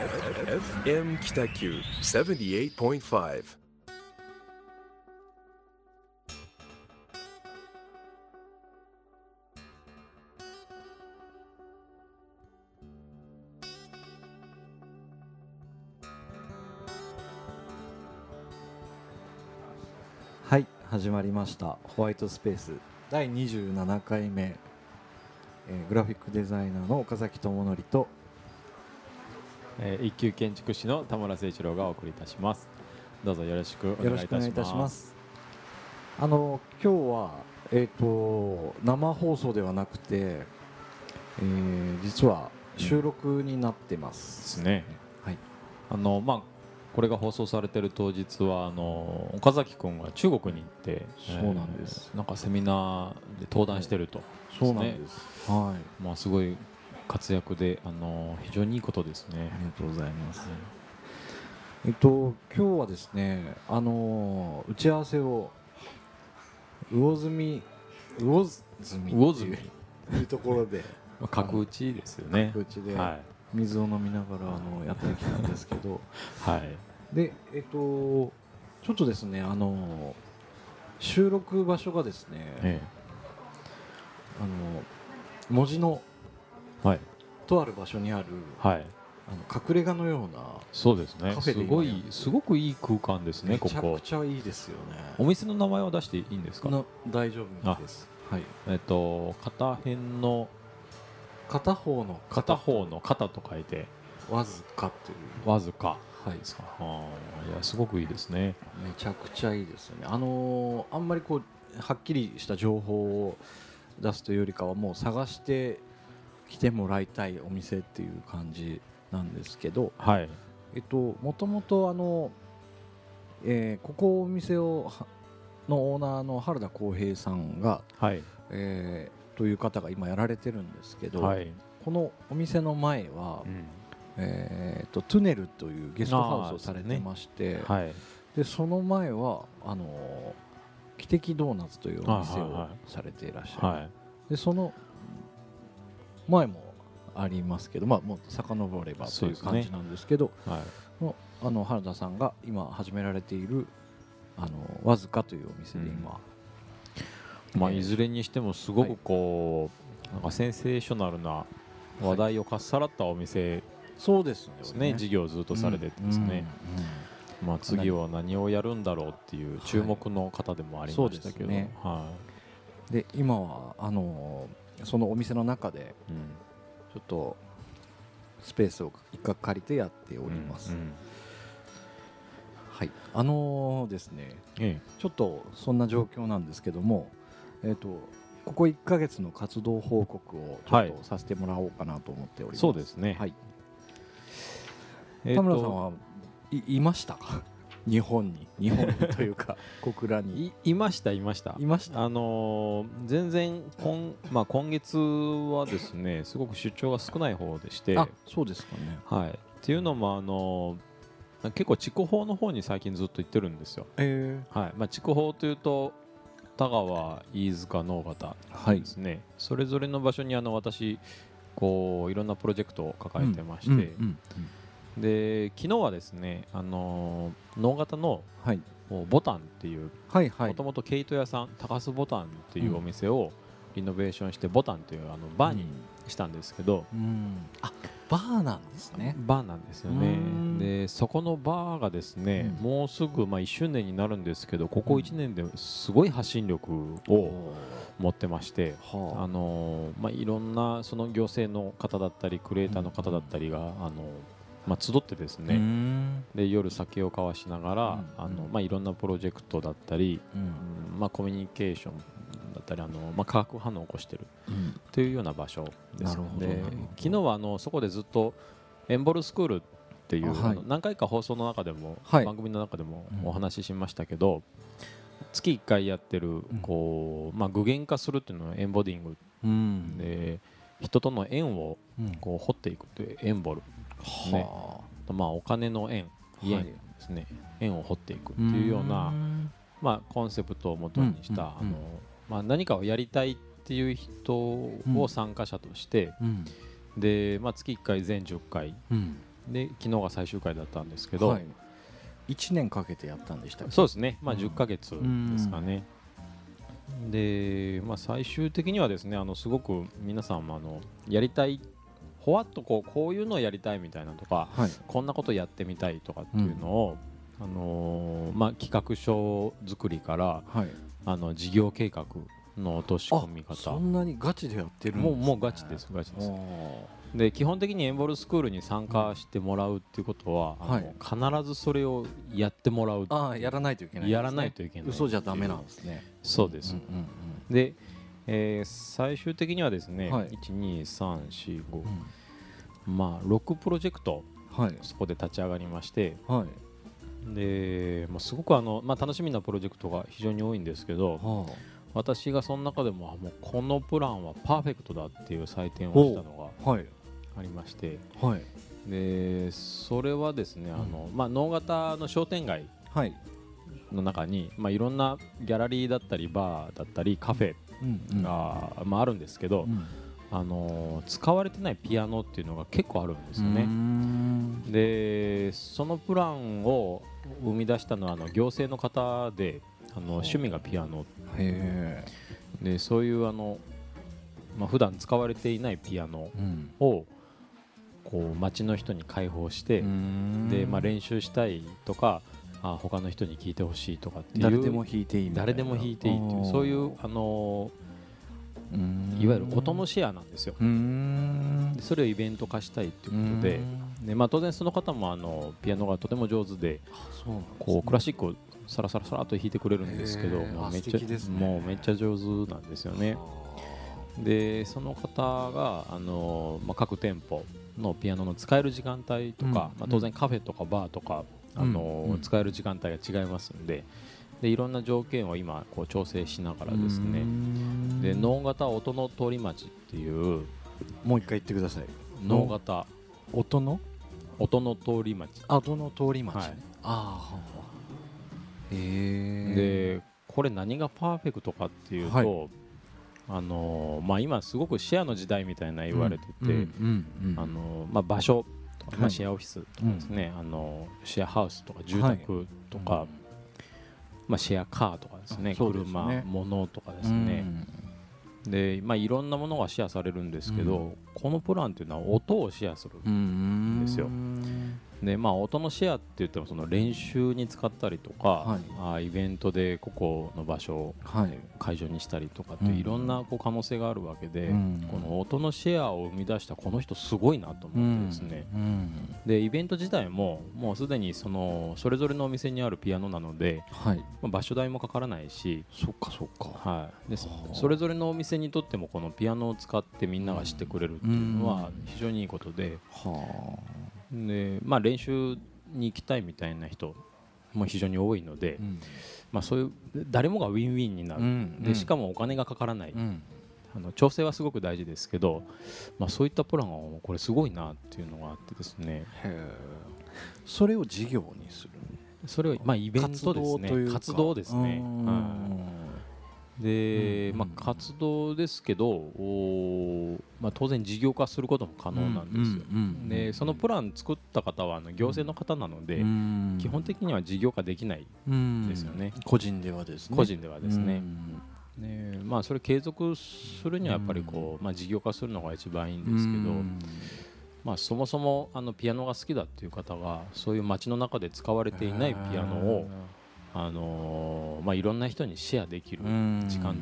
FM 北九78.5。 はい、始まりましたホワイトスペース第27回目、グラフィックデザイナーの岡崎智則と、 一級建築士の田村誠一郎がお送りいたします。どうぞよろしくお願いいたします。 今日は、生放送ではなくて、実は収録になってますですね。 はい。 これが放送されている当日は岡崎君が中国に行って、 そうなんです。 なんかセミナーで登壇してると、 そうなんです。はい。 すごい活躍で非常にいいことですね。 ありがとうございます。今日はですね、打ち合わせを魚住っていうところで角打ちですよね。 角打ちではい、 水を飲みながらやってきたんですけど、 はい。 でちょっとですね収録場所がですね、文字のとある場所にある、 はい、 隠れ家のようなそうですね。 カフェですごくいい空間ですね。ここめちゃくちゃいいですよね。 お店の名前を出していいんですか？ 大丈夫です。はい。 片辺の片方の肩と書いてわずかというわずかですか。 いやすごくいいですね。 めちゃくちゃいいですよね。あんまりこうはっきりした情報を出すというよりかはもう探して来てもらいたいお店っていう感じなんですけど、 はい。 もともとここお店のオーナーの原田浩平さんが、 はい、 という方が今やられてるんですけど、 はい、 このお店の前は、トゥネルというゲストハウスをされてまして、 はい、 でその前は汽笛ドーナツというお店をされていらっしゃる、はい、でその前もありますけど、もう遡ればという感じなんですけど、はい、原田さんが今始められているわずかというお店で今、 いずれにしてもすごくこう、なんかセンセーショナルな話題をかっさらったお店そうですね、事業をずっとされててですね、次は何をやるんだろうっていう注目の方でもありましたけど、 で今はそのお店の中でちょっとスペースを一角借りてやっております。はい、ですね、ちょっとそんな状況なんですけども、ここ1ヶ月の活動報告をちょっとさせてもらおうかなと思っております。 そうですね。 はい。田村さんはいましたか？日本にというか小倉にいました。全然今月はですねすごく出張が少ない方でして、 そうですかね。 はい。っていうのも結構筑豊の方に最近ずっと行ってるんですよ。はい。筑豊というと田川、飯塚、直方ですね、それぞれの場所に私こういろんなプロジェクトを抱えてまして、で昨日はですね直方のボタンっていうもともと毛糸屋さん高須ボタンっていうお店をリノベーションしてボタンというバーにしたんですけど、 バーなんですね。 バーなんですよね。でそこのバーがですね、もうすぐ1周年になるんですけど、ここ1年ですごい発信力を持ってまして、いろんなその行政の方だったりクリエイターの方だったりが集ってですね、で夜酒を交わしながらいろんなプロジェクトだったり、コミュニケーションだったり化学反応を起こしているというような場所ですので、昨日はそこでずっとエンボルスクールっていう、何回か放送の中でも、番組の中でもお話ししましたけど、月1回やってるこう、具現化するっていうのはエンボディングで、人との縁をこう掘っていくというエンボル、お金の縁、縁ですね、縁を掘っていくっていうようなコンセプトをもとにした何かをやりたいっていう人を参加者として、で月1回全10回で昨日が最終回だったんですけど、 はい、1年かけてやったんでしたっけ？ そうですね、まあ、10ヶ月ですかね。で、まあ、最終的にはですねすごく皆さんもやりたいほわっとこういうのをやりたいみたいなとか、 はい、 こんなことやってみたいとかっていうのを、まあ、企画書作りから、 はい、 事業計画の落とし込み方、 そんなにガチでやってるんですね。 もうガチですガチです。で基本的にエンボルスクールに参加してもらうっていうことは、 はい、 必ずそれをやってもらう。 やらないといけない、ね、 やらないといけない。 嘘じゃダメなんですね。 そうです、で、最終的にはですね、はい、12345、まあ、6プロジェクト、はい、そこで立ち上がりまして、はい、で、すごく楽しみなプロジェクトが非常に多いんですけど、はあ、私がその中でもこのプランはパーフェクトだっていう採点をしたのがありまして、はい、でそれはですね能形の商店街の中に、いろんなギャラリーだったりバーだったりカフェが、あるんですけど、使われてないピアノっていうのが結構あるんですよね。でそのプランを生み出したのは行政の方で趣味がピアノで、そういう普段使われていないピアノをこう街の人に開放して、で、練習したいとか他の人に聴いてほしいとかっていう、 誰でも弾いていいみたいな、 誰でも弾いていいっていう、そういういわゆる音のシェアなんですよ。でそれをイベント化したいっていうことで、当然その方もピアノがとても上手で、こうクラシックをサラサラサラっと弾いてくれるんですけど、めっちゃ上手なんですよね。でその方が各店舗のピアノの使える時間帯とか、当然カフェとかバーとか使える時間帯が違いますんで、いろんな条件を今こう調整しながらですね、で能形音の通り町っていう、 もう一回言ってください。 能形音の通り町、 音の通り町、 でこれ何がパーフェクトかっていうと、今すごくシェアの時代みたいな言われてて、場所とか、シェアオフィスとかですね、シェアハウスとか住宅とか、シェアカーとかですね、車、物とかですね、でいろんなものがシェアされるんですけど、このプランっていうのは音をシェアするんですよ。で音のシェアって言ってもその練習に使ったりとか、イベントでここの場所を会場にしたりとかっていろんな可能性があるわけで、この音のシェアを生み出したこの人すごいなと思ってですね、でイベント自体ももうすでにそれぞれのお店にあるピアノなので、場所代もかからないし、でそれぞれのお店にとってもこのピアノを使ってみんなが知ってくれるっていうのは非常にいいことで、で練習に行きたいみたいな人も非常に多いので、そういう誰もがウィンウィンになる、でしかもお金がかからない、調整はすごく大事ですけど、そういったプランはこれすごいなっていうのがあってですね、 それを事業にする、 それをイベントですね、活動ですね。で活動ですけど、当然事業化することも可能なんですよ。でそのプラン作った方は行政の方なので、基本的には事業化できないですよね。 個人ではですね。 でそれ継続するにはやっぱり事業化するのが一番いいんですけど、そもそもピアノが好きだっていう方がそういう街の中で使われていないピアノをいろんな人にシェアできる時間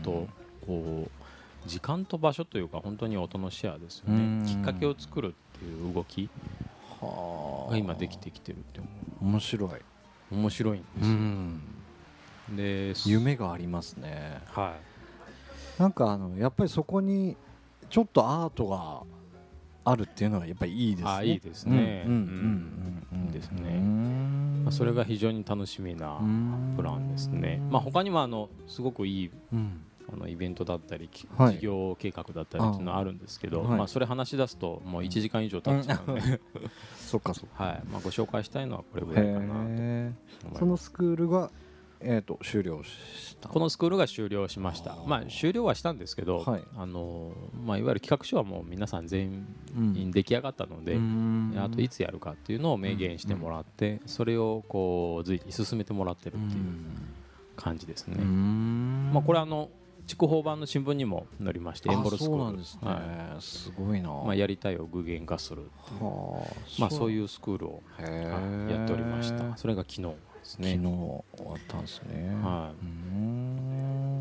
と場所というか、本当に音のシェアですよね。きっかけを作るっていう動きが今できてきてるって面白いんですよ。で夢がありますね。なんかやっぱりそこにちょっとアートがあるっていうのはやっぱりいいですね。 いいですね。ですね。それが非常に楽しみなプランですね。他にもすごくいいイベントだったり事業計画だったりっていうのはあるんですけど、それ話し出すともう1時間以上経っちゃうのでそっかそっか、 ご紹介したいのはこれぐらいかなと。 そのスクールが終了したこのスクールが終了しました。終了はしたんですけど、 はい、 いわゆる企画書はもう皆さん全員出来上がったので、あといつやるかっていうのを明言してもらって、それをこう随時進めてもらってるっていう感じですね。これ筑豊版の新聞にも載りまして、エンボルスクール、 そうなんですね、はい、すごいな、 やりたいを具現化するっていう、そういうスクールをやっておりました。それが昨日ですね。 昨日終わったんですね。 はい、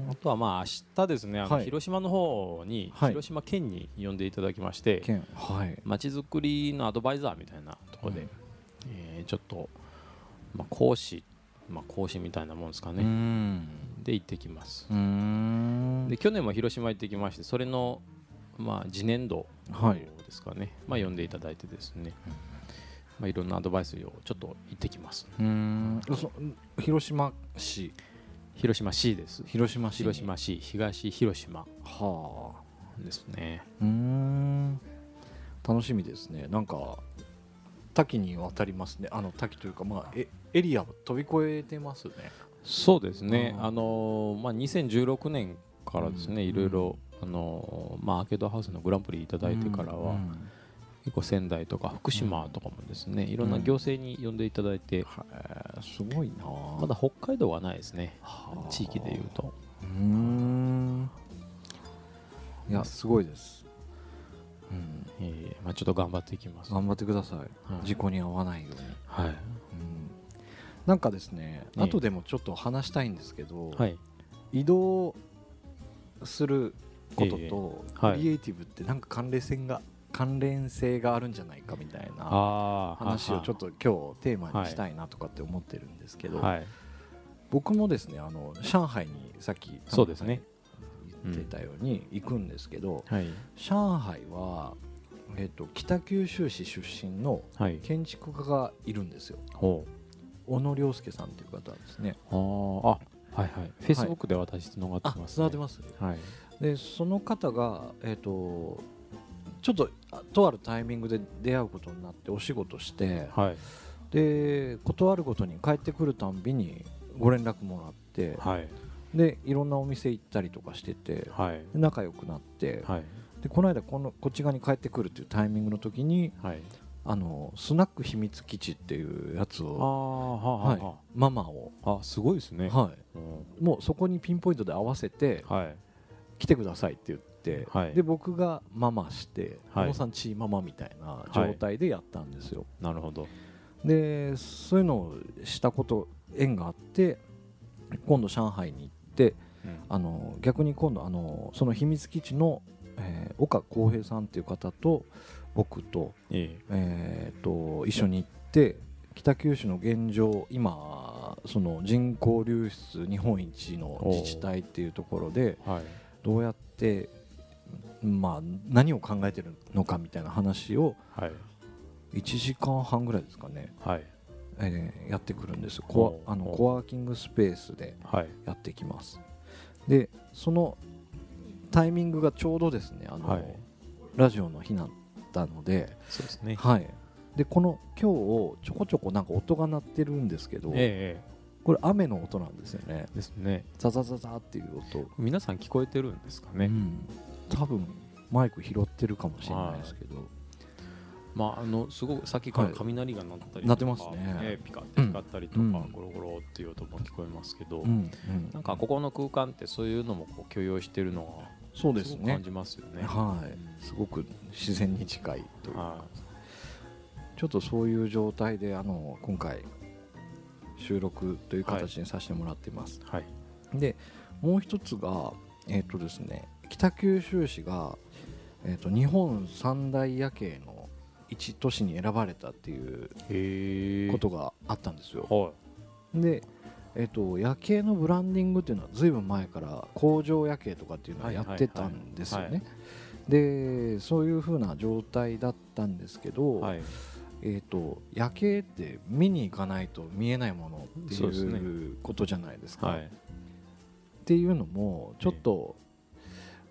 あとは明日ですね、はい、広島の方に、はい、広島県に呼んでいただきまして、はい、まちづくりのアドバイザーみたいなところで、ちょっと、講師みたいなもんですかね。で行ってきます。で去年も広島行ってきまして、それの次年度ですかね、呼んでいただいてですね、いろんなアドバイスをちょっと行ってきます。 広島市です。 広島市東広島ですね。 楽しみですね。なんか多岐にわたりますね。多岐というか、エリアを飛び越えてますね。 そうですね。2016年からですね、いろいろアーケードハウスのグランプリいただいてからは、結構仙台とか福島とかもですね、いろんな行政に呼んでいただいて、 すごいな。 まだ北海道はないですね、地域でいうと。 いや、すごいです。 ちょっと頑張っていきます。 頑張ってください。事故に遭わないように。はい。なんかですね、後でもちょっと話したいんですけど、移動することとクリエイティブってなんか関連性があるんじゃないかみたいな話をちょっと今日テーマにしたいなとかって思ってるんですけど、僕もですね、上海にさっきそうですね言ってたように行くんですけど、上海は北九州市出身の建築家がいるんですよ。小野亮介さんという方ですね。 はいはい。フェイスブックで私つながってます。 つながってます。はい。でその方がちょっととあるタイミングで出会うことになってお仕事して、で断るごとに帰ってくるたんびにご連絡もらって、でいろんなお店行ったりとかしてて、仲良くなって、でこの間こっち側に帰ってくるっていうタイミングの時に。スナック秘密基地っていうやつを、ママを、 すごいですね。 もうそこにピンポイントで合わせて、来てくださいって言って、で僕がママして小野さんチーママみたいな状態でやったんですよ。 なるほど。 でそういうのをしたこと縁があって、今度上海に行って、逆に今度その秘密基地の、岡浩平さんっていう方と僕と、一緒に行って北九州の現状、今その人口流出日本一の自治体っていうところで、どうやって、何を考えてるのかみたいな話を1時間半ぐらいですかね、やってくるんですよ。コワーキングスペースでやってきます。でそのタイミングがちょうどですね、ラジオの日なんので、 そうですね。 でこの今日ちょこちょこなんか音が鳴ってるんですけど、これ雨の音なんですよね。 ですね。 ザザザザっていう音。 皆さん聞こえてるんですかね。 多分マイク拾ってるかもしれないですけど、 すごくさっきから雷が鳴ったりとか、 鳴ってますね。 ピカッて光ったりとか、ゴロゴロっていう音も聞こえますけど、なんかここの空間ってそういうのもこう許容してるのがそうですね、 感じますよね。 すごく自然に近いというか、ちょっとそういう状態で今回収録という形にさせてもらっています。でもう一つがですね、北九州市が日本三大夜景の一都市に選ばれたっていうことがあったんですよ。で夜景のブランディングっていうのはずいぶん前から工場夜景とかっていうのをやってたんですよね。でそういう風な状態だったんですけど、夜景って見に行かないと見えないものっていうことじゃないですか。っていうのもちょっと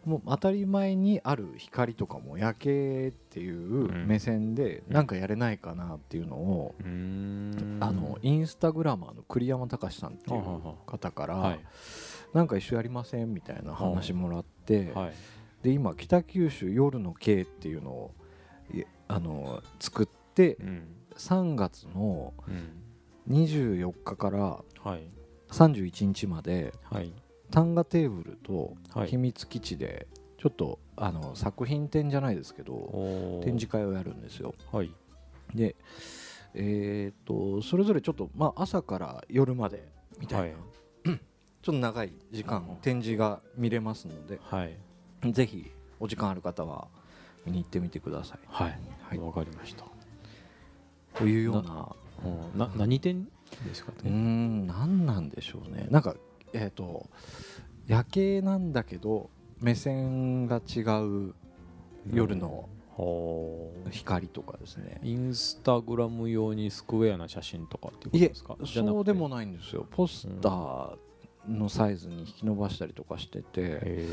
もう当たり前にある光とかも夜景っていう目線でなんかやれないかなっていうのを、インスタグラマーの栗山隆さんっていう方からなんか一緒やりませんみたいな話もらって、で今北九州夜の景っていうのを作って、3月の24日から31日まで単画テーブルと秘密基地でちょっと作品展じゃないですけど展示会をやるんですよ。でそれぞれちょっと朝から夜までみたいなちょっと長い時間展示が見れますので、ぜひお時間ある方は見に行ってみてください。 わかりました。 というような何展ですかね。 何なんでしょうね。なんか夜景なんだけど目線が違う夜の光とかですね。 インスタグラム用にスクエアな写真とかっていうことですか？ そうでもないんですよ。ポスターのサイズに引き伸ばしたりとかしてて、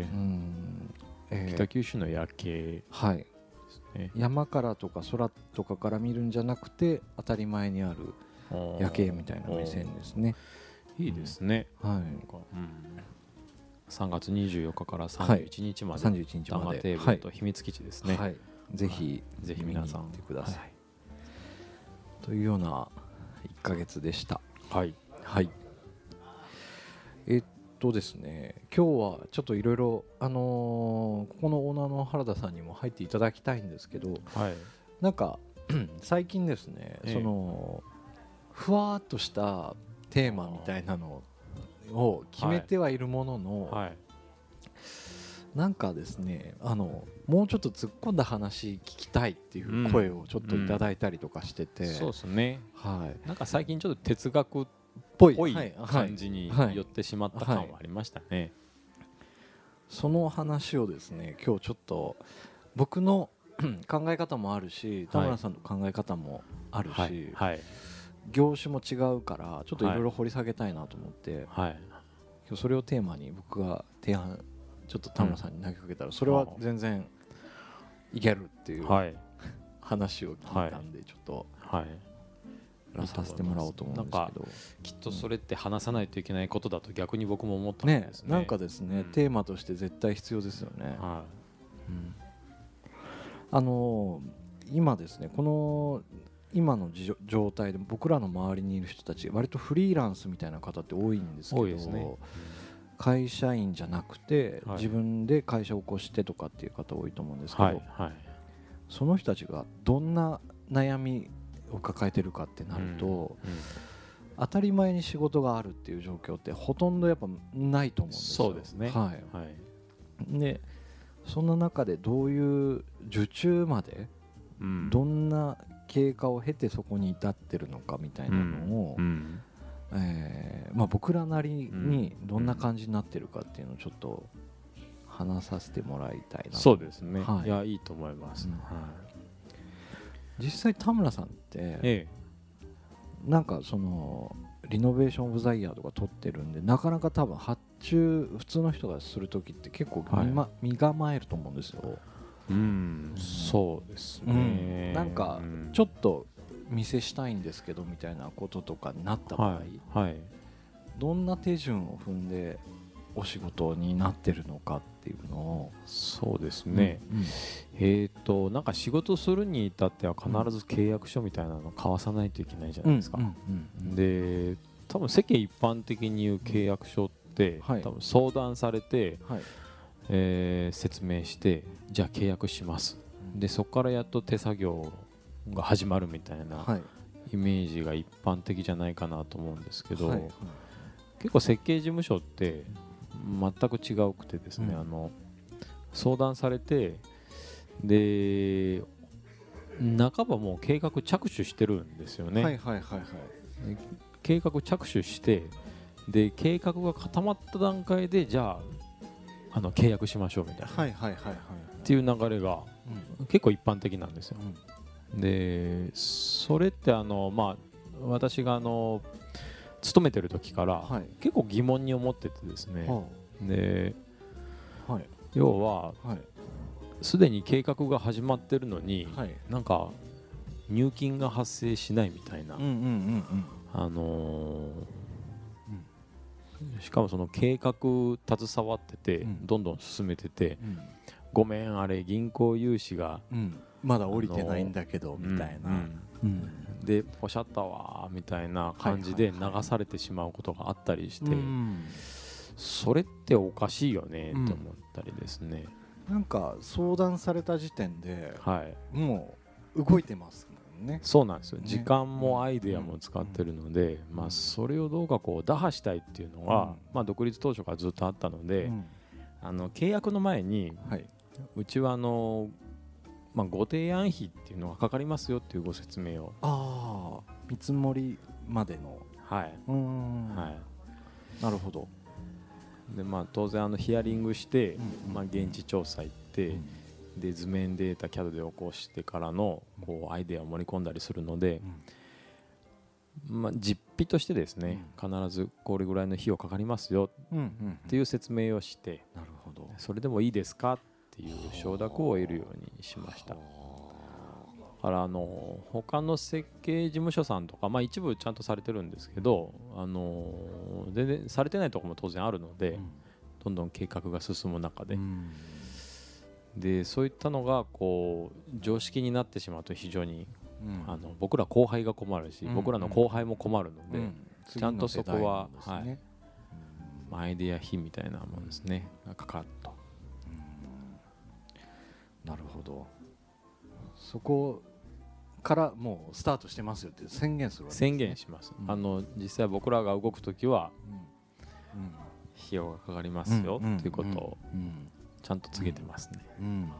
北九州の夜景、 山からとか空とかから見るんじゃなくて当たり前にある夜景みたいな目線ですね。 いいですね。3月24日から31日まで単画テーブルと秘密基地ですね。 ぜひ皆さん見てください。というような1ヶ月でした。ですね、今日はちょっといろいろここのオーナーの原田さんにも入っていただきたいんですけど、なんか最近ですね、そのふわっとしたテーマみたいなのを決めてはいるものの、なんかですねもうちょっと突っ込んだ話聞きたいっていう声をちょっといただいたりとかしてて、 そうですね。なんか最近ちょっと哲学っぽい感じに寄ってしまった感はありましたね。 その話をですね今日ちょっと僕の考え方もあるし田村さんの考え方もあるし、業種も違うからちょっといろいろ掘り下げたいなと思って、今日それをテーマに僕が提案ちょっと田村さんに投げかけたら、それは全然いけるっていう話を聞いたんで、ちょっとさせてもらおうと思うんですけど、 きっとそれって話さないといけないことだと逆に僕も思ったんですね。 なんかですね、テーマとして絶対必要ですよね。今ですねこの今の状態で僕らの周りにいる人たち割とフリーランスみたいな方って多いんですけど、会社員じゃなくて自分で会社を起こしてとかっていう方多いと思うんですけど、その人たちがどんな悩みを抱えてるかってなると、当たり前に仕事があるっていう状況ってほとんどやっぱないと思うんですよ。 そうですね。 でそんな中でどういう受注までどんな経過を経てそこに至ってるのかみたいなのを、僕らなりにどんな感じになってるかっていうのをちょっと話させてもらいたいな。 そうですね。いやいいと思います。 実際田村さんって、なんかそのリノベーション・オブ・ザ・イヤーとか取ってるんでなかなか多分発注普通の人がする時って結構身構えると思うんですよ。 そうですね。 なんかちょっと店したいんですけどみたいなこととかになった場合、どんな手順を踏んでお仕事になってるのかっていうのを。 そうですね。なんか仕事するに至っては必ず契約書みたいなのを交わさないといけないじゃないですか。で多分世間一般的に言う契約書って、多分相談されて、説明してじゃあ契約します、でそこからやっと手作業が始まるみたいなイメージが一般的じゃないかなと思うんですけど、結構設計事務所って全く違うくてですね、相談されてで半ばもう計画着手してるんですよね。計画着手してで計画が固まった段階でじゃあ契約しましょうみたいなっていう流れが結構一般的なんですよ。でそれって私が勤めてる時から結構疑問に思っててですね、で要ははいすでに計画が始まってるのに、 はい、 なんか入金が発生しないみたいな、しかもその計画携わってて、どんどん進めてて、ごめんあれ銀行融資が、 まだ降りてないんだけどみたいな、 でポシャったわみたいな感じで流されてしまうことがあったりして、それっておかしいよねって思ったりですね、 なんか相談された時点で、 はい、 もう動いてますもんね。 そうなんですよ、時間もアイデアも使ってるので、それをどうかこう打破したいっていうのは、独立当初からずっとあったので、契約の前に、うちはご提案費っていうのがかかりますよっていうご説明を、 見積もりまでの、なるほど。 で当然ヒアリングして、現地調査行って、で図面データ CAD で起こしてからのこうアイデアを盛り込んだりするので、実費としてですね、必ずこれぐらいの費用かかりますよっていう説明をして、 なるほど、 それでもいいですかっていう承諾を得るようにしました。だから他の設計事務所さんとか、一部ちゃんとされてるんですけど、全然されてないところも当然あるので、どんどん計画が進む中で、でそういったのがこう常識になってしまうと非常に、僕ら後輩が困るし、僕らの後輩も困るので、ちゃんとそこは、アイデア費みたいなものですね、がかかると。 なるほど。そこからもうスタートしてますよって宣言するわけですね。 宣言します。実際僕らが動くときは、費用がかかりますよっていうことをちゃんと告げてますね。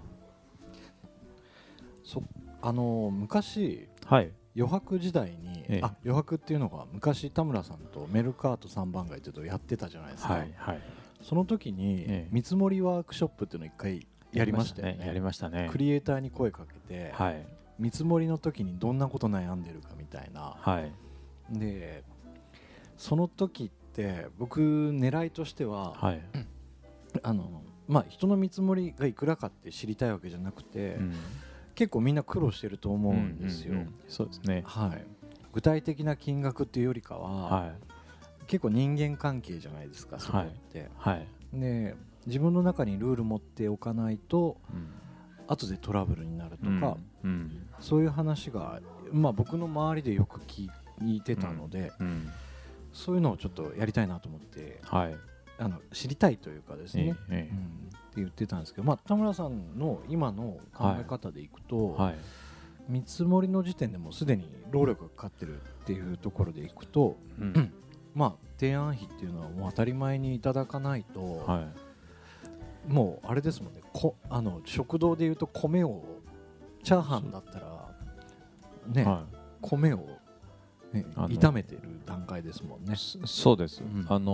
昔、余白時代に、余白っていうのが昔田村さんとメルカート3番街っていうのをやってたじゃないですか。その時に見積もりワークショップっていうのを一回やりましたよね。 やりましたね。 クリエイターに声かけて、見積もりの時にどんなこと悩んでるかみたいな、でその時って僕狙いとしては、人の見積もりがいくらかって知りたいわけじゃなくて、結構みんな苦労してると思うんですよ。 そうですね、 具体的な金額っていうよりかは、結構人間関係じゃないですか、そこって、で自分の中にルール持っておかないと、後でトラブルになるとか、そういう話が、僕の周りでよく聞いてたので、そういうのをちょっとやりたいなと思って、知りたいというかですね、って言ってたんですけど、田村さんの今の考え方でいくと、見積もりの時点でもうすでに労力がかかってるっていうところでいくと、提案費っていうのはもう当たり前にいただかないと、もうあれですもんね、食堂でいうと米をチャーハンだったらね、米を、炒めてる段階ですもんね。 そうです、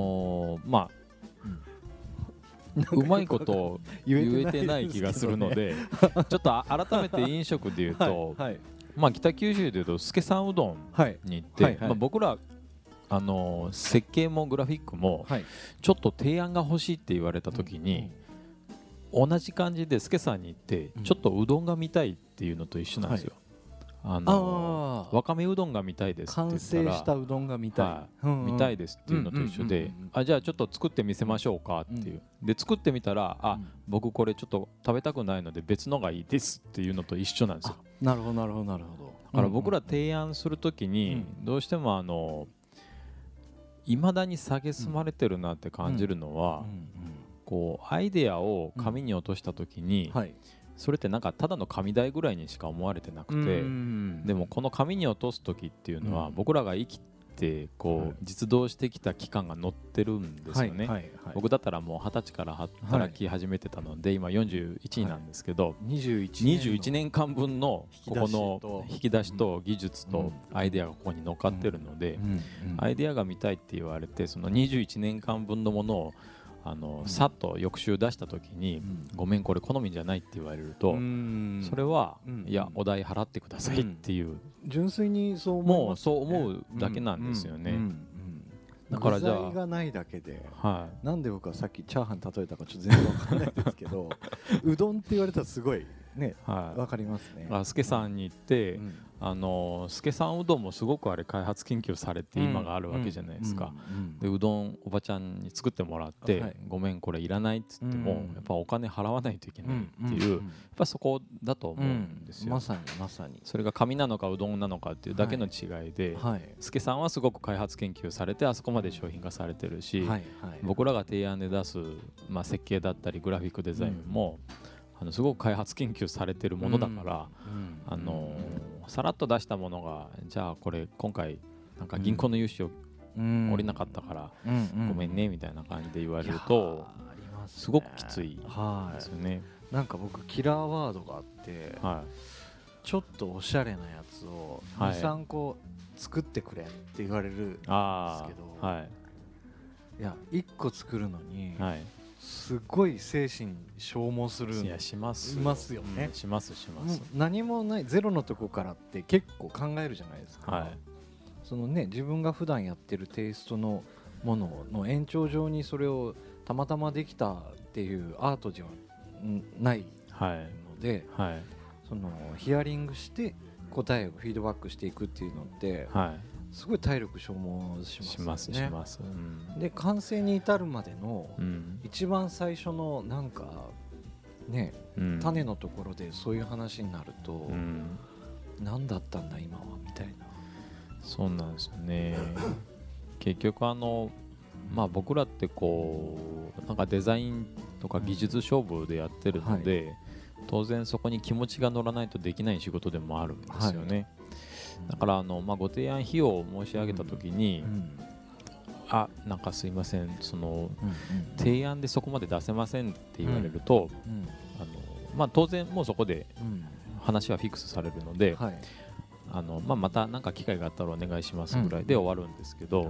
うまいこと言えてない気がするのでちょっと改めて飲食でいうと、北九州でいうと助さんうどんに行って、僕ら設計もグラフィックもちょっと提案が欲しいって言われた時に、同じ感じで助さんに行ってちょっとうどんが見たいっていうのと一緒なんですよ。わかめうどんが見たいですって言ったら、 完成したうどんが見たい、 見たいですっていうのと一緒で、じゃあちょっと作ってみせましょうかっていう、で作ってみたら、僕これちょっと食べたくないので別のがいいですっていうのと一緒なんですよ。 なるほどなるほどなるほど。 だから僕ら提案するときにどうしてもいまだに蔑まれてるなって感じるのは、こうアイデアを紙に落としたときに、それってなんかただの紙代ぐらいにしか思われてなくて、でもこの紙に落とす時っていうのは、僕らが生きてこう実動してきた期間が載ってるんですよね。僕だったらもう20歳から働き始めてたので、今41なんですけど、21年間分のここの引き出しと技術とアイデアがここに乗っかってるので、アイデアが見たいって言われて、その21年間分のものをさっと翌週出した時に、ごめんこれ好みじゃないって言われると、それは、いやお代払ってくださいっていう、 純粋にそう思います、 もうそう思うだけなんですよね。 だからじゃあ具材がないだけで、 はなんで僕はさっきチャーハン例えたかちょっと全然わかんないですけどうどんって言われたらすごいねい、はいわかりますね。 助さんに行って、 うん助さんうどんもすごくあれ開発研究されて今があるわけじゃないですか、でうどんおばちゃんに作ってもらって、 はいごめんこれいらないっつっても、やっぱお金払わないといけないっていう、やっぱそこだと思うんですよ、 まさにまさにそれが紙なのかうどんなのかっていうだけの違いで、 はい助さんはすごく開発研究されてあそこまで商品化されてるし、 はいはい僕らが提案で出す、設計だったりグラフィックデザインも、すごく開発研究されてるものだから、さらっと出したものがじゃあこれ今回なんか銀行の融資を降りなかったからごめんねみたいな感じで言われるとすごくきついですよね。 なんか僕キラーワードがあって、ちょっとおしゃれなやつを 2,3 個作ってくれって言われるんですけど、いや1個作るのにすごい精神消耗するんですしますよね。 します何もないゼロのとこからって結構考えるじゃないですか、そのね自分が普段やってるテイストのものの延長上にそれをたまたまできたっていうアートじゃないので、そのヒアリングして答えをフィードバックしていくっていうのって、すごい体力消耗しますね。で完成に至るまでの一番最初のなんかね、種のところでそういう話になると、何だったんだ今はみたいな。 そうなんですよね結局僕らってこうなんかデザインとか技術勝負でやってるので、当然そこに気持ちが乗らないとできない仕事でもあるんですよね、だからご提案費用を申し上げたときに、なんかすいませんその、提案でそこまで出せませんって言われると、当然もうそこで話はフィックスされるので、また何か機会があったらお願いしますぐらいで終わるんですけど、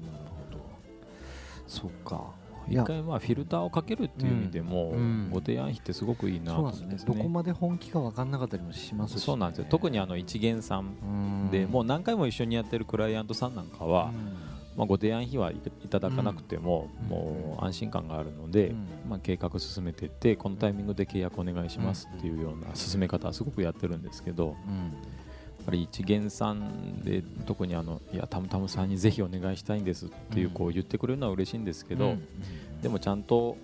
そっか一回フィルターをかけるっていう意味でも、ご提案費ってすごくいいなと思うんですね。 どこまで本気か分かんなかったりもしますし、 そうなんですよ。特に一元さんでもう何回も一緒にやってるクライアントさんなんかは、ご提案費はいただかなくても、もう安心感があるので、計画進めていってこのタイミングで契約お願いしますっていうような進め方はすごくやってるんですけど、やっぱり一元さんで特にいやタムタムさんにぜひお願いしたいんですっていうこう言ってくれるのは嬉しいんですけど、でもちゃんと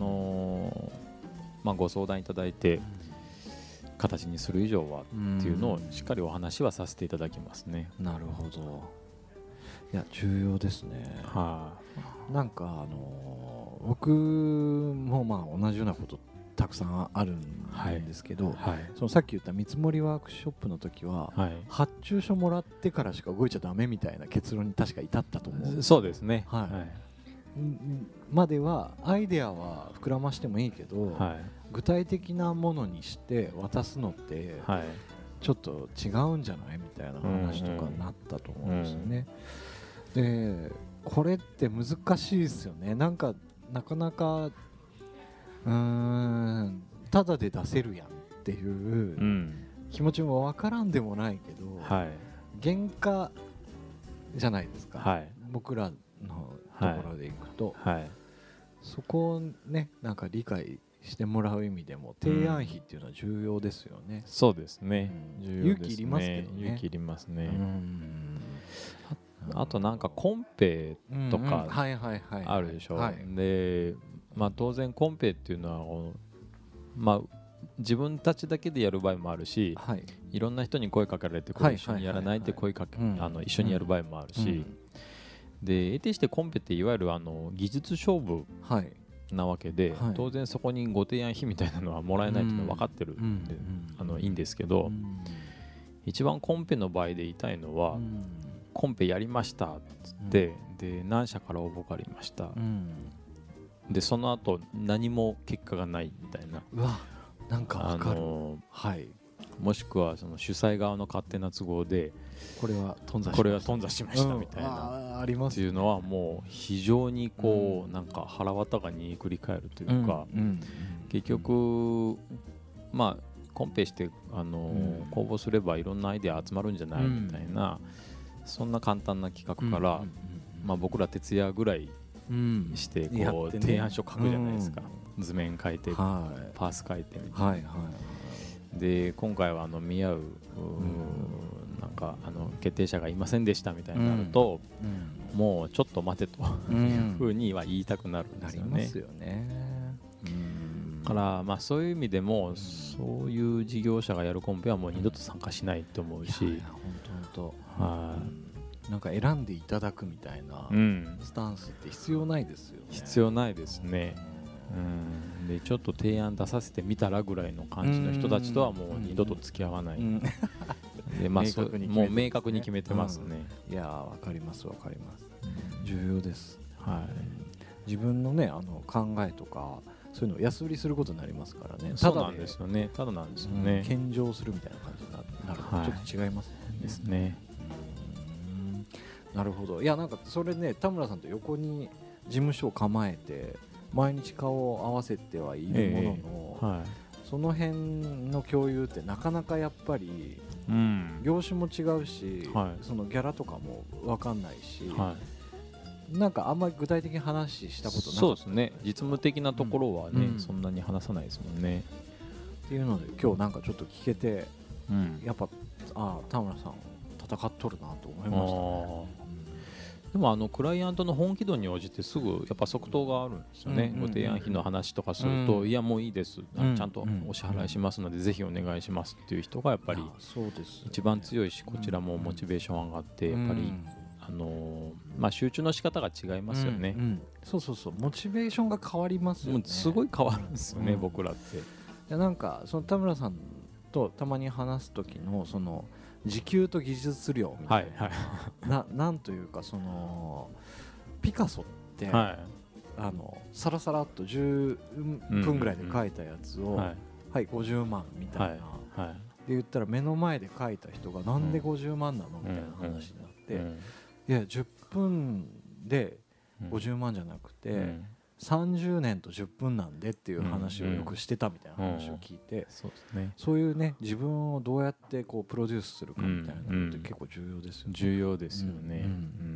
ご相談いただいて形にする以上はっていうのをしっかりお話はさせていただきますね。 なるほど。いや重要ですね。なんか僕も同じようなことたくさんあるんですけど、そのさっき言った見積もりワークショップの時は、発注書もらってからしか動いちゃダメみたいな結論に確か至ったと思う。 そうですね、 まではアイデアは膨らましてもいいけど、具体的なものにして渡すのって、ちょっと違うんじゃないみたいな話とかになったと思うんですよね。でこれって難しいですよね。なかなかただで出せるやんっていう気持ちも分からんでもないけど、原価じゃないですか、僕らのところでいくと、そこをねなんか理解してもらう意味でも提案費っていうのは重要ですよね。 そうですね、重要ですね。 勇気いりますけどね。 勇気いりますね。あとなんかコンペとかあるでしょ。で当然コンペっていうのは自分たちだけでやる場合もあるし、いろんな人に声かけられてこれ一緒にやらないって声かけ一緒にやる場合もあるし、で得てしてコンペっていわゆる技術勝負なわけで、当然そこにご提案費みたいなのはもらえないっていうのは分かってるんでいいんですけど、一番コンペの場合で言いたいのは、コンペやりましたっつって、で何社から応募がありました、でその後何も結果がないみたいな、 なんか分かる、 もしくはその主催側の勝手な都合でこれは頓挫しましたみたいな、 ありますっていうのはもう非常にこうなんか腹渡が煮えくり返るというか、結局コンペして公募すればいろんなアイデア集まるんじゃないみたいな、そんな簡単な企画から僕ら徹夜ぐらいしてこう提案書書くじゃないですか、図面書いてパース書いてみたいな。で今回は見合うなんか決定者がいませんでしたみたいになると、もうちょっと待てというふうには言いたくなるんですよね。 なりますよね。 だからそういう意味でもそういう事業者がやるコンペはもう二度と参加しないと思うし、 本当なんか選んでいただくみたいなスタンスって必要ないですよね。 必要ないですね。でちょっと提案出させてみたらぐらいの感じの人たちとはもう二度と付き合わない。でもう明確に決めてますね。 いやわかりますわかります。重要です。自分のね考えとかそういうのを安売りすることになりますからね。 そうなんですよね。ただなんですよね。 献上するみたいな感じになるとちょっと違いますね。 ですね。 なるほど。いやなんかそれね田村さんと横に事務所を構えて毎日顔を合わせてはいるものの、その辺の共有ってなかなかやっぱり業種も違うし、そのギャラとかも分かんないし、なんかあんまり具体的に話したことなかった。 そうですね。実務的なところはね、そんなに話さないですもんね。 っていうので今日なんかちょっと聞けて、やっぱ田村さん戦っとるなと思いましたね。 でもクライアントの本気度に応じてすぐやっぱ即答があるんですよね。ご提案費の話とかすると、いやもういいです、ちゃんとお支払いしますのでぜひお願いしますっていう人がやっぱり一番強いし、こちらもモチベーション上がってやっぱり集中の仕方が違いますよね。 そうモチベーションが変わりますよね。 すごい変わるんですよね、僕らって。 なんかその田村さんとたまに話す時のその時給と技術量みたいな、なんというかそのピカソって、サラサラっと10分ぐらいで描いたやつを、50万みたいな、で言ったら目の前で描いた人がなんで50万なのみたいな話になって、いや10分で50万じゃなくて、30年と10分なんでっていう話をよくしてたみたいな話を聞いて、そういうね自分をどうやってこうプロデュースするかみたいなのって結構重要ですよね。 重要ですよね。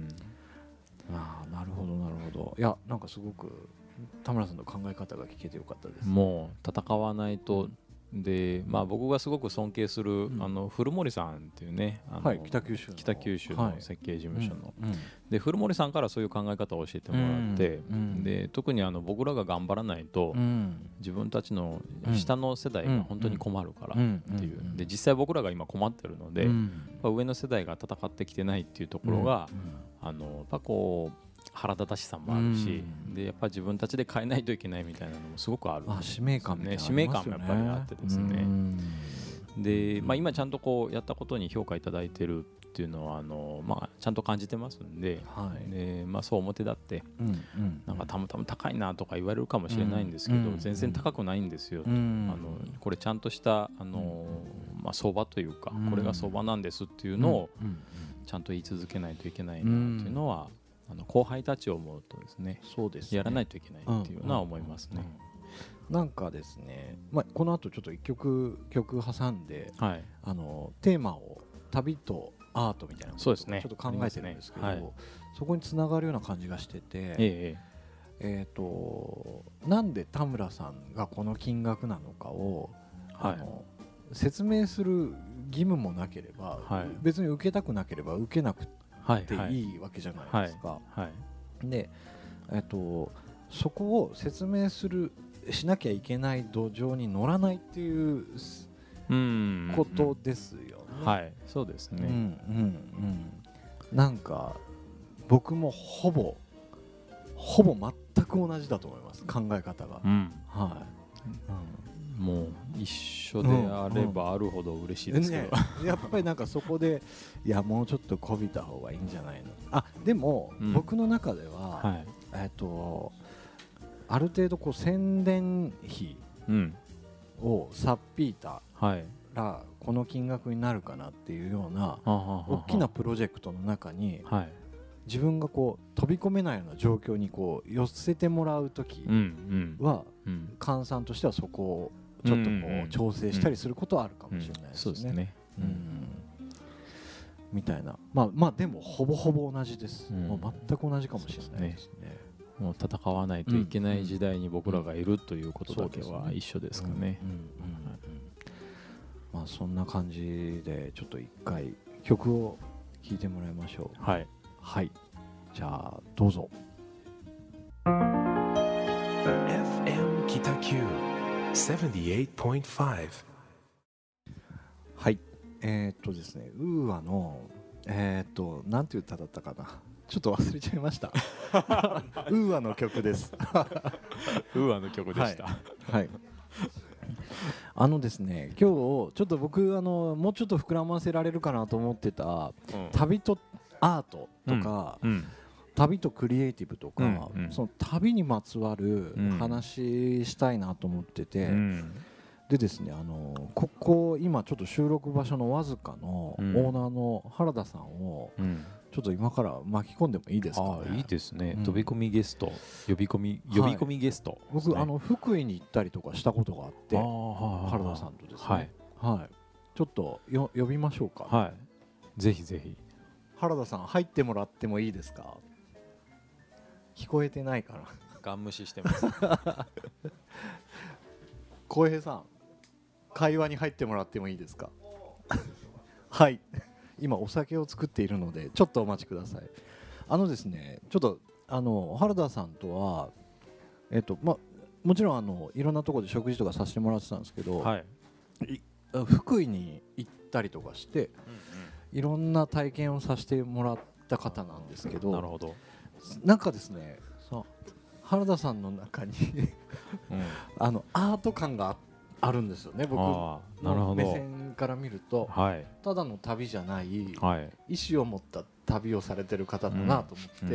なるほどなるほど。いやなんかすごく田村さんの考え方が聞けてよかったです。 もう戦わないと。で僕がすごく尊敬する古森さんっていうね、 北九州の設計事務所ので古森さんからそういう考え方を教えてもらって、で特に僕らが頑張らないと自分たちの下の世代が本当に困るからっていうで、実際僕らが今困ってるので、上の世代が戦ってきてないっていうところがやっぱこう腹立たしさもあるし、でやっぱ自分たちで変えないといけないみたいなのもすごくある、 使命感みたいな使命感もやっぱりあってですね。で今ちゃんとこうやったことに評価いただいてるっていうのはちゃんと感じてますんで、でそう表立ってなんかたまたま高いなとか言われるかもしれないんですけど、全然高くないんですよ。これちゃんとした相場というか、これが相場なんですっていうのをちゃんと言い続けないといけないなっていうのは後輩たちを思うとですね、やらないといけないっていうのは思いますね。 なんかですね、この後ちょっと一曲挟んで、テーマを旅とアートみたいなことをちょっと考えてるんですけど、そこにつながるような感じがしてて、なんで田村さんがこの金額なのかを説明する義務もなければ、別に受けたくなければ受けなくていいわけじゃないですか。で、そこを説明しなきゃいけない土壌に乗らないっていうことですよね。 そうですね。 なんか僕もほぼ全く同じだと思います、考え方が。 もう一緒であればあるほど嬉しいですけど、 やっぱりなんかそこでいやもうちょっとこびた方がいいんじゃないの。でも、僕の中では、ある程度こう宣伝費をさっぴいたらこの金額になるかなっていうような大きなプロジェクトの中に自分がこう飛び込めないような状況にこう寄せてもらうときは換算としてはそこをちょっとこう調整したりすることはあるかもしれないですね。 みたいな、まあでもほぼほぼ同じです、もう全く同じかもしれないですね。 もう戦わないといけない時代に僕らがいるということだけは一緒ですかね。 まあそんな感じでちょっと一回曲を聴いてもらいましょう。 はい、 はい、じゃあどうぞ。 FM 北九 78.5。 はい、ですね、ウーアのなんていう歌だったかな、ちょっと忘れちゃいました。ウーアの曲です。 ウーアの曲でした。 はい、ですね、今日ちょっと僕もうちょっと膨らませられるかなと思ってた、旅とアートとか、旅とクリエイティブとか、その旅にまつわる話したいなと思ってて、でですね、ここ今ちょっと収録場所のわずかのオーナーの原田さんをちょっと今から巻き込んでもいいですかね。 いいですね、飛び込みゲスト、呼び込みゲスト、 僕福井に行ったりとかしたことがあって、原田さんとですね、ちょっと呼びましょうか。 はい、ぜひぜひ。 原田さん入ってもらってもいいですか。聞こえてないかな。 ガン無視してます。 浩平さん、会話に入ってもらってもいいですか。はい、今お酒を作っているのでちょっとお待ちください。ですね、ちょっと原田さんとはもちろんいろんなところで食事とかさせてもらってたんですけど、福井に行ったりとかして、いろんな体験をさせてもらった方なんですけど、 なるほど。 なんかですね、原田さんの中にアート感があるんですよね、僕の目線から見ると。ただの旅じゃない、意思を持った旅をされてる方だなと思って、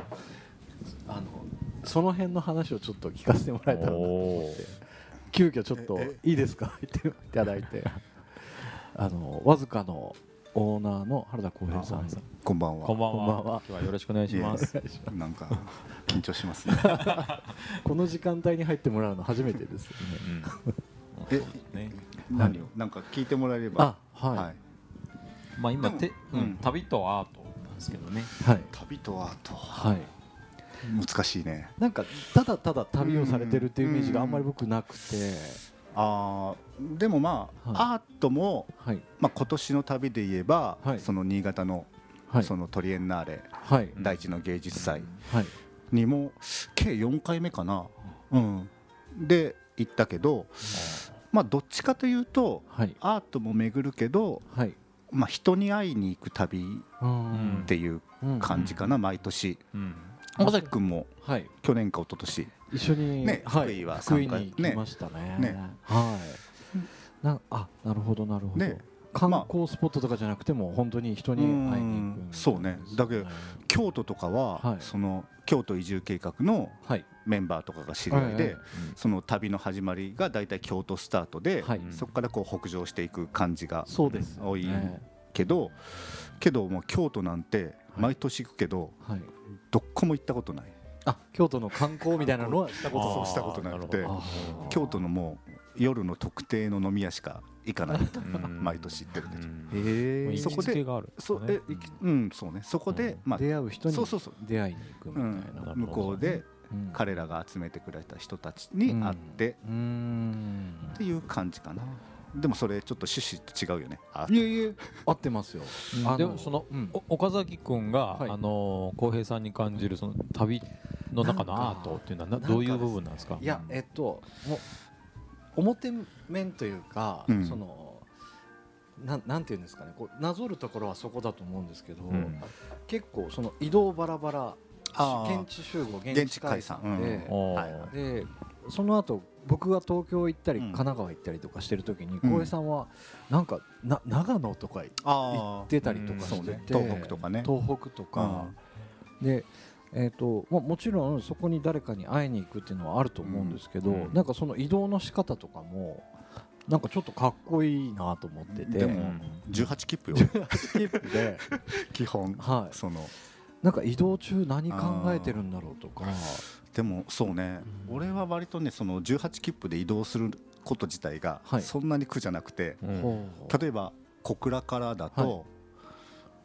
その辺の話をちょっと聞かせてもらえたらなと思って、急遽ちょっといいですか言っていただいて、わずかのオーナーの原田浩平さん。 こんばんは。 こんばんは。今日はよろしくお願いします。 なんか緊張しますね。 この時間帯に入ってもらうの初めてですよね。何をなんか聞いてもらえれば。 はい。 まあ今旅とアートなんですけどね。 旅とアート。 はい。 難しいね。 なんかただただ旅をされてるっていうイメージがあんまり僕なくて。 でもまあアートも今年の旅で言えばその新潟のそのトリエンナーレ第一の芸術祭にも計4回目かなで行ったけど、まあどっちかというとアートも巡るけどまあ人に会いに行く旅っていう感じかな。毎年岡崎君も去年か一昨年一緒に福井は福井に来ましたね。なるほどなるほど。観光スポットとかじゃなくても本当に人に会いに行く。 そうね。だけど京都とかはその京都移住計画のメンバーとかが知り合いで、その旅の始まりがだいたい京都スタートで、そこからこう北上していく感じが多いけどもう京都なんて毎年行くけどどこも行ったことない。 京都の観光みたいなのはしたことなくて、京都のもう夜の特定の飲み屋しか行かない毎年行ってるけど、そこでそうね、そこで出会う人に出会いに行くみたいな、 向こうで彼らが集めてくれた人たちに会ってっていう感じかな。でもそれちょっと趣旨と違うよね。 いえ合ってますよ。 でもその岡崎君が浩平さんに感じるその旅の中のアートっていうのはどういう部分なんですか。 いやもう表面というか、そのなんていうんですかね、こうなぞるところはそこだと思うんですけど、結構その移動バラバラ、現地集合現地解散で、その後僕が東京行ったり神奈川行ったりとかしてる時に浩平さんはなんか長野とか行ってたりとかしてて、 東北とかね、 東北とかでもちろんそこに誰かに会いに行くっていうのはあると思うんですけど、なんかその移動の仕方とかもなんかちょっとかっこいいなと思ってて。 でも18切符よ。 18切符で基本そのなんか移動中何考えてるんだろうとか。 でもそうね、俺は割とねその18切符で移動すること自体がそんなに苦じゃなくて、例えば小倉からだと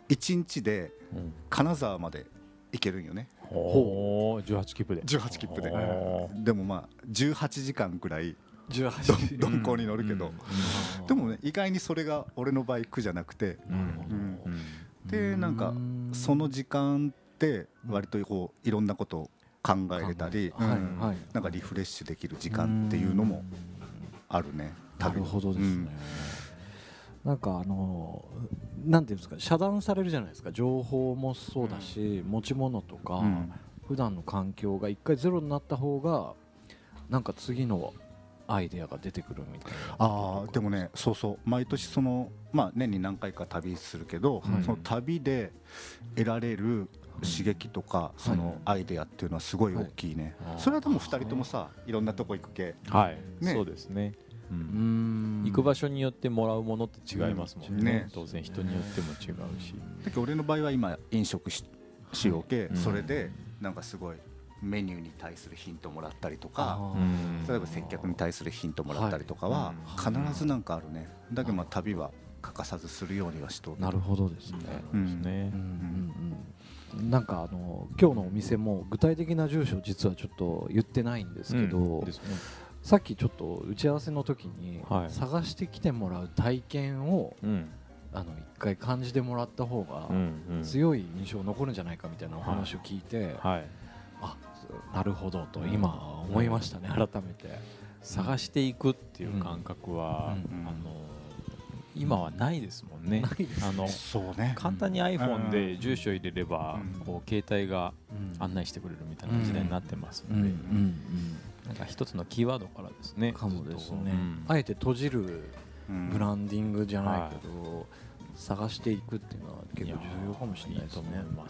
1日で金沢まで行けるんよね。 18切符で 18切符ででもまあ18時間くらい鈍行に乗るけど、でもね意外にそれが俺の場合苦じゃなくて、でなんかその時間って割とこういろんなことを考えれたり、なんかリフレッシュできる時間っていうのもあるね。 なるほどですね。なんかなんていうんですか、遮断されるじゃないですか。情報もそうだし、持ち物とか普段の環境が一回ゼロになった方がなんか次のアイデアが出てくるみたいな。 でもね、そうそう、毎年そのまあ年に何回か旅するけど、その旅で得られる刺激とかそのアイデアっていうのはすごい大きいね。それはでも2人ともさ、いろんなとこ行くけ、 そうですね。行く場所によってもらうものって違いますもんね。当然人によっても違うし。 だけど俺の場合は今飲食しようけ、それでなんかすごいメニューに対するヒントもらったりとか、例えば接客に対するヒントもらったりとかは必ずなんかあるね。だけどまあ旅は欠かさずするようにはしとる。 なるほどですね。なんか今日のお店も具体的な住所実はちょっと言ってないんですけど、さっきちょっと打ち合わせの時に探してきてもらう体験を一回感じてもらった方が強い印象残るんじゃないかみたいなお話を聞いて、あ、なるほどと今思いましたね。改めて探していくっていう感覚は今はないですもんね。 そうね。 簡単に iPhone で住所入れればこう携帯が案内してくれるみたいな時代になってますので、なんか一つのキーワードからですね。 かもですね。あえて閉じるブランディングじゃないけど、探していくっていうのは結構重要かもしれないですね。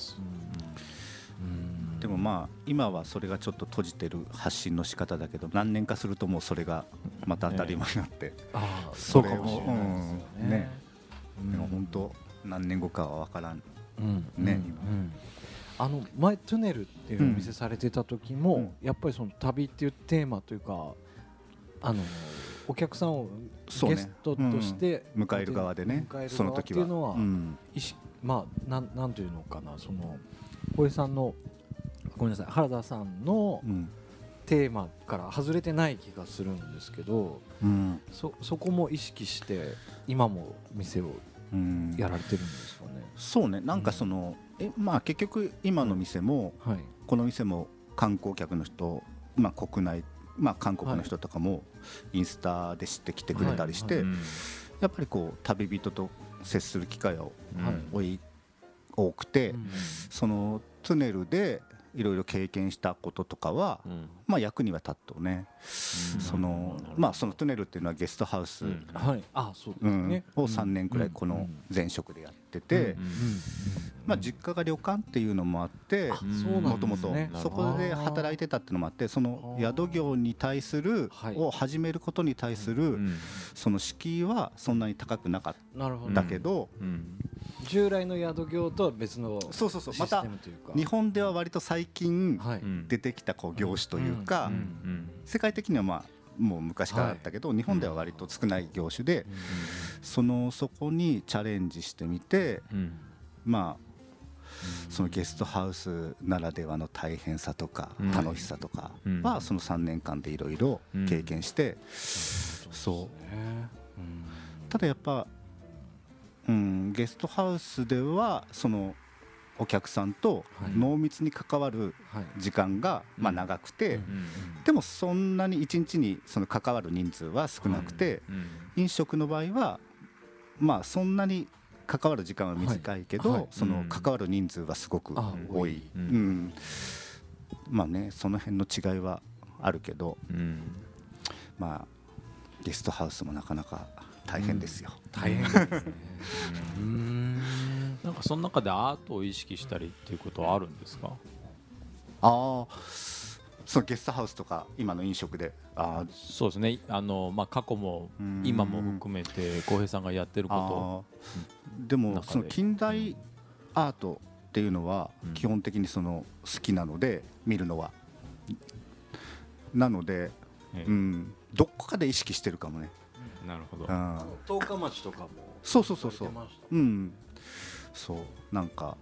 でもまあ今はそれがちょっと閉じてる発信の仕方だけど、何年かするともうそれがまた当たり前になって、 そうかもしれないですよね。 でも本当何年後かは分からんね。 前トゥネルっていうお店されてた時もやっぱりその旅っていうテーマというか、お客さんをゲストとして迎える側でね、その時はっていうのはまあなんというのかな、その小江さんのごめんなさい、原田さんのテーマから外れてない気がするんですけど、そこも意識して今も店をやられてるんですかね。 そうね、なんかそのまあ結局今の店もこの店も観光客の人、まあ国内、まあ韓国の人とかもインスタで知ってきてくれたりして、やっぱりこう旅人と接する機会が多くて、そのトゥネルでいろいろ経験したこととかはまあ役には立っとね。そのまあそのトゥネルっていうのはゲストハウスを3年くらいこの前職でやってて、まあ実家が旅館っていうのもあって、もともとそこで働いてたっていうのもあって、その宿業に対するを始めることに対するその敷居はそんなに高くなかったけど、 従来の宿業とは別のシステムというか、 また日本では割と最近出てきたこう業種というか、世界的にはまあもう昔からあったけど、日本では割と少ない業種で、そこにチャレンジしてみて、まあそのゲストハウスならではの大変さとか楽しさとかはその3年間でいろいろ経験して、ただやっぱゲストハウスではそのお客さんと濃密に関わる時間がまあ長くて、でもそんなに一日にその関わる人数は少なくて、飲食の場合はまあそんなに関わる時間は短いけど、その関わる人数はすごく多い。まあね、その辺の違いはあるけど、まあゲストハウスもなかなか大変ですよ。 大変ですね。 なんかその中でアートを意識したりっていうことはあるんですか？ そのゲストハウスとか今の飲食で。 そうですね。まあ過去も今も含めて浩平さんがやってることでもその近代アートっていうのは基本的にその好きなので見るのは、なのでどこかで意識してるかもね。 なるほど。 十日町とかもそうそうなんか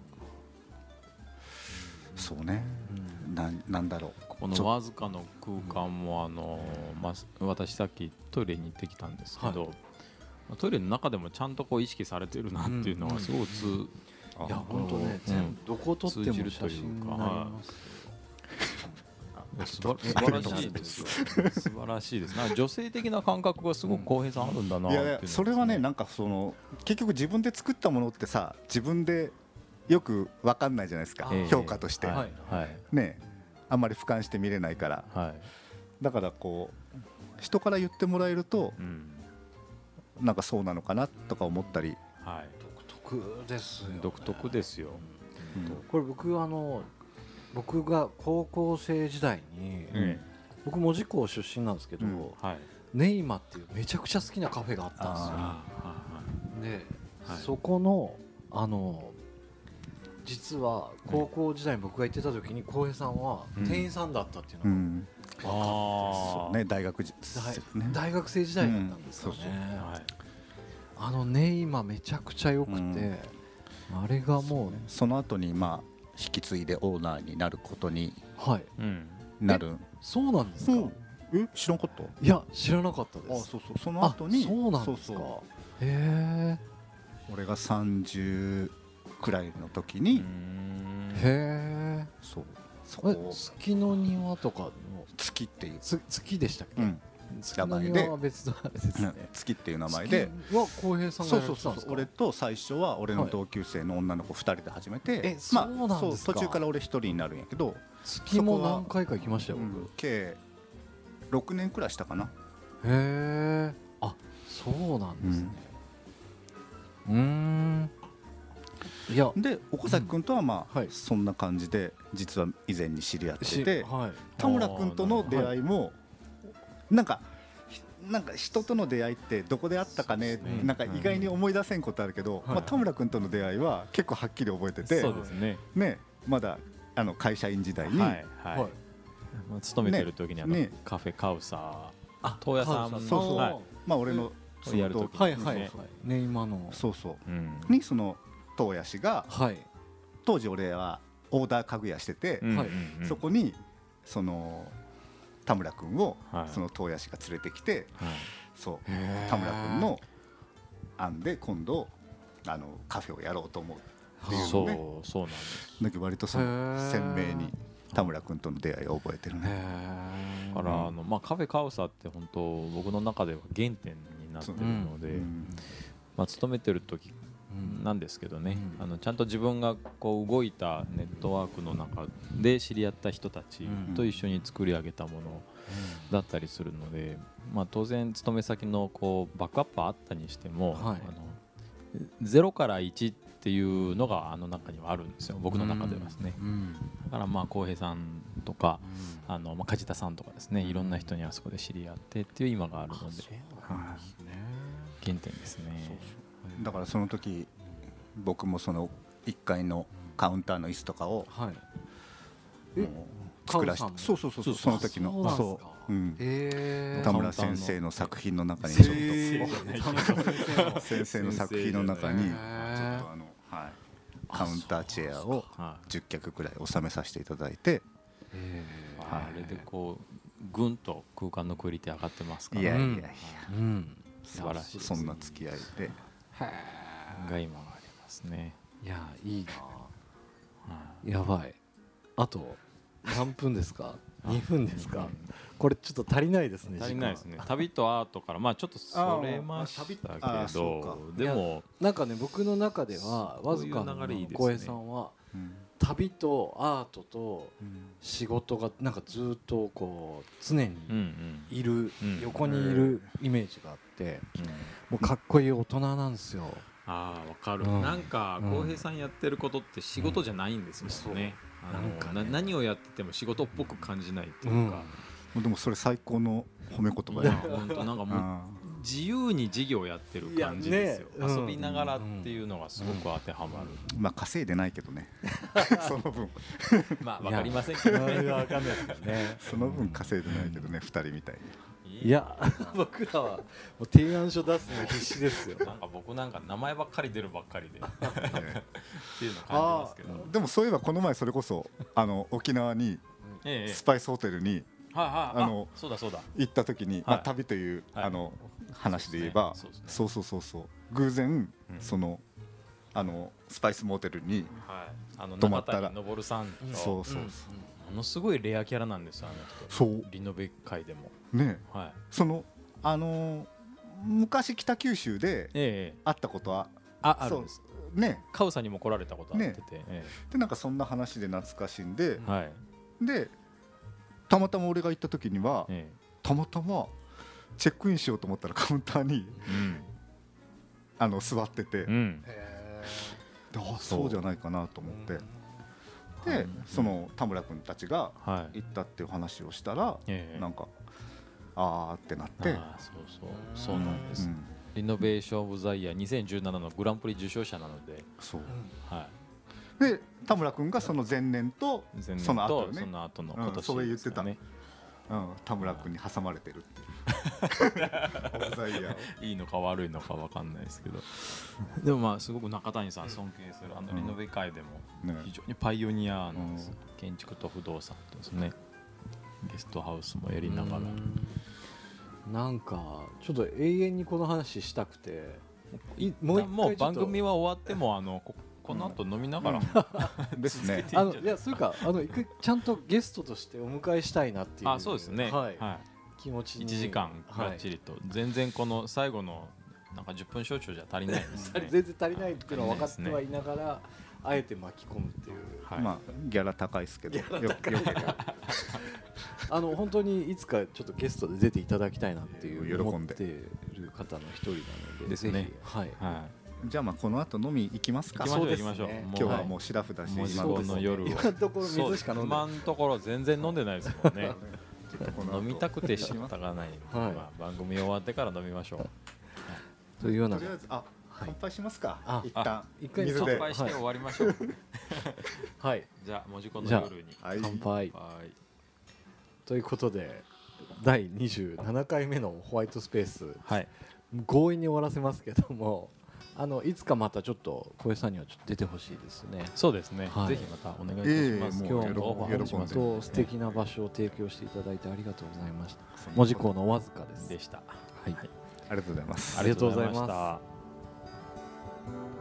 そうね、なんだろう、 このわずかの空間も私さっきトイレに行ってきたんですけど、トイレの中でもちゃんとこう意識されてるなっていうのがすごくいや本当ね、どこ撮っても写真になります素晴らしいですよ。素晴らしいです。なんか女性的な感覚がすごく浩平さんあるんだなっていうのは、 それはね、なんか結局自分で作ったものってさ、自分でよく分かんないじゃないですか、評価として、ね、あんまり俯瞰して見れないから、だからこう人から言ってもらえると、なんかそうなのかなとか思ったり、 独特ですよね。 独特ですよ。 これ僕が高校生時代に、僕門司港出身なんですけど、ネイマっていうめちゃくちゃ好きなカフェがあったんですよ。で、そこの実は高校時代に僕が行ってた時に浩平さんは店員さんだったっていうのが分かったんです。大学生時代だったんですよね。ネイマめちゃくちゃ良くて、あれがもうその後に引き継いでオーナーになることになる。 そうなんですか。 知らなかった？ いや知らなかったです。 その後に。 そうなんですか。へえ。 俺が30くらいの時に。 へえ。 そう。 月の庭とかの月っていう月でしたっけ？月の庭は別のあれですね。 月っていう名前で。 は浩平さんがやってたんですか？ そう俺と最初は俺の同級生の女の子2人で始めて、 そうなんですか。 途中から俺1人になるんやけど、 月も何回か行きましたよ。 計6年くらいしたかな。 へえ。あ、そうなんですね。いやで岡崎君とはそんな感じで実は以前に知り合ってて、田村君との出会いもなんか人との出会いってどこであったかね、なんか意外に思い出せんことあるけど、田村君との出会いは結構はっきり覚えてて、 そうですね。 まだ会社員時代に勤めてる時にカフェカウサー東屋さん、 俺のやる時ね、今のにその東屋氏が、当時俺はオーダー家具屋してて、そこにその田村君をその東屋氏が連れてきて、そう田村君の案で今度カフェをやろうと思うっていうので、 そうなんです。 だけど割と鮮明に田村君との出会いを覚えてるね。 だからカフェカウサって本当僕の中では原点になってるので、勤めてる時なんですけどね、ちゃんと自分がこう動いたネットワークの中で知り合った人たちと一緒に作り上げたものだったりするので、当然勤め先のこうバックアップはあったにしても、0から1っていうのが中にはあるんですよ、僕の中ではですね。だから浩平さんとか梶田さんとかですね、いろんな人にあそこで知り合ってっていう今があるので、原点ですね。 だからその時僕もその1階のカウンターの椅子とかを作らせて、そうその時の田村先生の作品の中にちょっと先生の作品の中にちょっとカウンターチェアを10脚くらい収めさせていただいて、 あれでこうぐんと空間のクオリティ上がってますから。 いや素晴らしい。 そんな付き合いでが今がありますね。 いやいいな、やばい。あと何分ですか？2分ですか？これちょっと足りないですね。 足りないですね。旅とアートからちょっとそれましたけど、でもなんかね、僕の中ではわずかの小江さんは旅とアートと仕事がなんかずっとこう常にいる、横にいるイメージがあって、もうかっこいい大人なんですよ。 わかる。なんか浩平さんやってることって仕事じゃないんですもんね。何をやってても仕事っぽく感じないっていうか。 でもそれ最高の褒め言葉や。 本当なんかもう自由に事業やってる感じですよ。遊びながらっていうのがすごく当てはまる。 稼いでないけどね。その分。 わかりませんけどね。 わかんないですからね。 その分稼いでないけどね、2人みたいに。 いや僕らはもう提案書出すの必死ですよ。 なんか僕なんか名前ばっかり出るばっかりでっていうの感じますけど。 でもそういえばこの前それこそ沖縄にスパイスホテルにそうだそうだ行った時に、旅という話で言えば、そう偶然そのスパイスモテルに泊まったら、 昇さん、 そうものすごいレアキャラなんですよ、あの人。 そうリノベ界でもね、その昔北九州で会ったことはあるんですね。 カウサにも来られたことあってて、 でなんかそんな話で懐かしんで、でたまたま俺が行った時には、たまたまチェックインしようと思ったらカウンターに座ってて、そうじゃないかなと思って、でその田村君たちが行ったっていう話をしたら、なんかってなって、 そうなんです。リノベーションオブザイヤー2017のグランプリ受賞者なので、 で田村君がその前年とその後ね、 の今年それ言ってたね。田村君に挟まれてるっていういいのか悪いのか分かんないですけど、でもまあすごく中谷さん尊敬するリノベ界でも非常にパイオニアなんです。建築と不動産とですね、ゲストハウスもやりながら、 なんかちょっと永遠にこの話したくて、 もう番組は終わってもこの後飲みながらですね。 いや、そういうかちゃんとゲストとしてお迎えしたいなっていう。 そうですね。 気持ちに 1時間がっちりと、全然この最後のなんか10分少々じゃ足りないですね。 全然足りないっていうのは分かってはいながら、あえて巻き込むっていう。 まあギャラ高いですけど、 本当にいつかちょっとゲストで出ていただきたいなっていう思っている方の一人なのでですね。 じゃあこの後飲み行きますか。 そうですね。 今日はもうシラフだし、 今の夜今のところ水しか飲んでない。 今のところ全然飲んでないですもんね。飲みたくて仕方がない。番組終わってから飲みましょう。 というような。 とりあえず乾杯しますか。一回乾杯して終わりましょう。 はい。 じゃあ門司港の夜に乾杯。ということで第27回目のホワイトスペース、強引に終わらせますけども、いつかまたちょっと小江さんにはちょっと出てほしいですね。 そうですね。ぜひまたお願いいたします。 今日も本当素敵な場所を提供していただいてありがとうございました。門司港のおわずかです。 でした。 ありがとうございます。 ありがとうございました。